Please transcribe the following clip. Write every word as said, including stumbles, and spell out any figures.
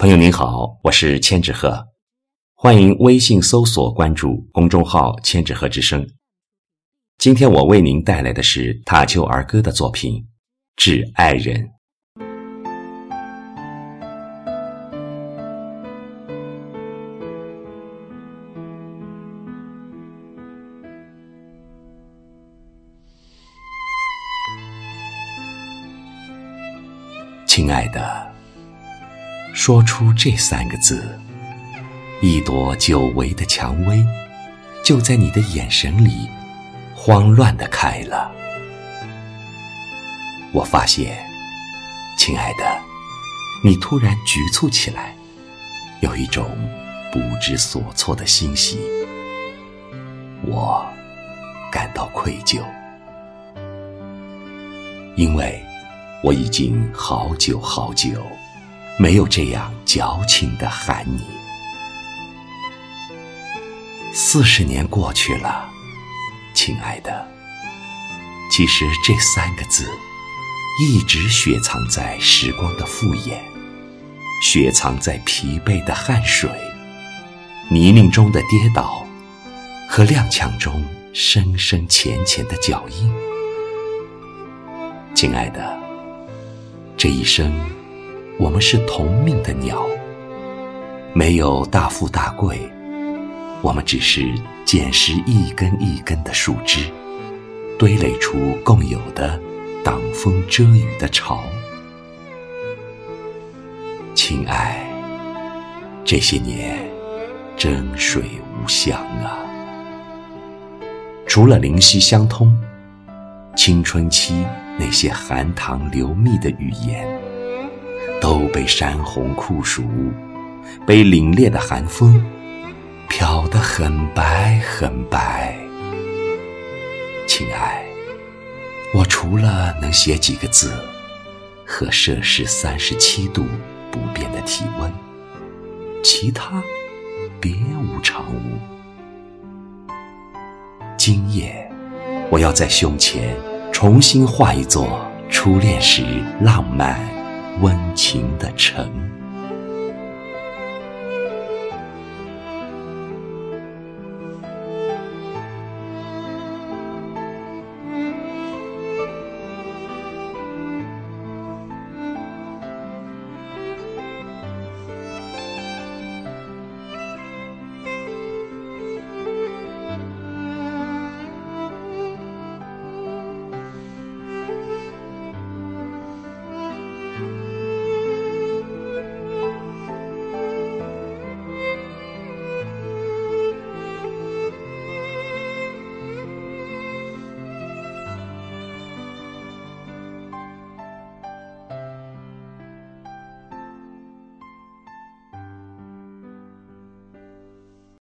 朋友您好，我是千纸鹤，欢迎微信搜索关注公众号千纸鹤之声。今天我为您带来的是塔丘儿歌的作品《致爱人》。亲爱的，说出这三个字，一朵久违的蔷薇就在你的眼神里慌乱地开了。我发现，亲爱的，你突然局促起来，有一种不知所措的欣喜。我感到愧疚，因为我已经好久好久没有这样矫情地喊你。四十年过去了，亲爱的，其实这三个字一直雪藏在时光的复眼，雪藏在疲惫的汗水、泥泞中的跌倒和踉跄中深深浅浅的脚印。亲爱的，这一生我们是同命的鸟，没有大富大贵，我们只是捡拾一根一根的树枝，堆垒出共有的挡风遮雨的巢。亲爱，这些年真水无香啊，除了灵犀相通，青春期那些含糖流蜜的语言都被山洪酷暑，被凛冽的寒风飘得很白很白。亲爱，我除了能写几个字和摄氏三十七度不变的体温，其他别无长物。今夜我要在胸前重新画一座初恋时浪漫温情的城。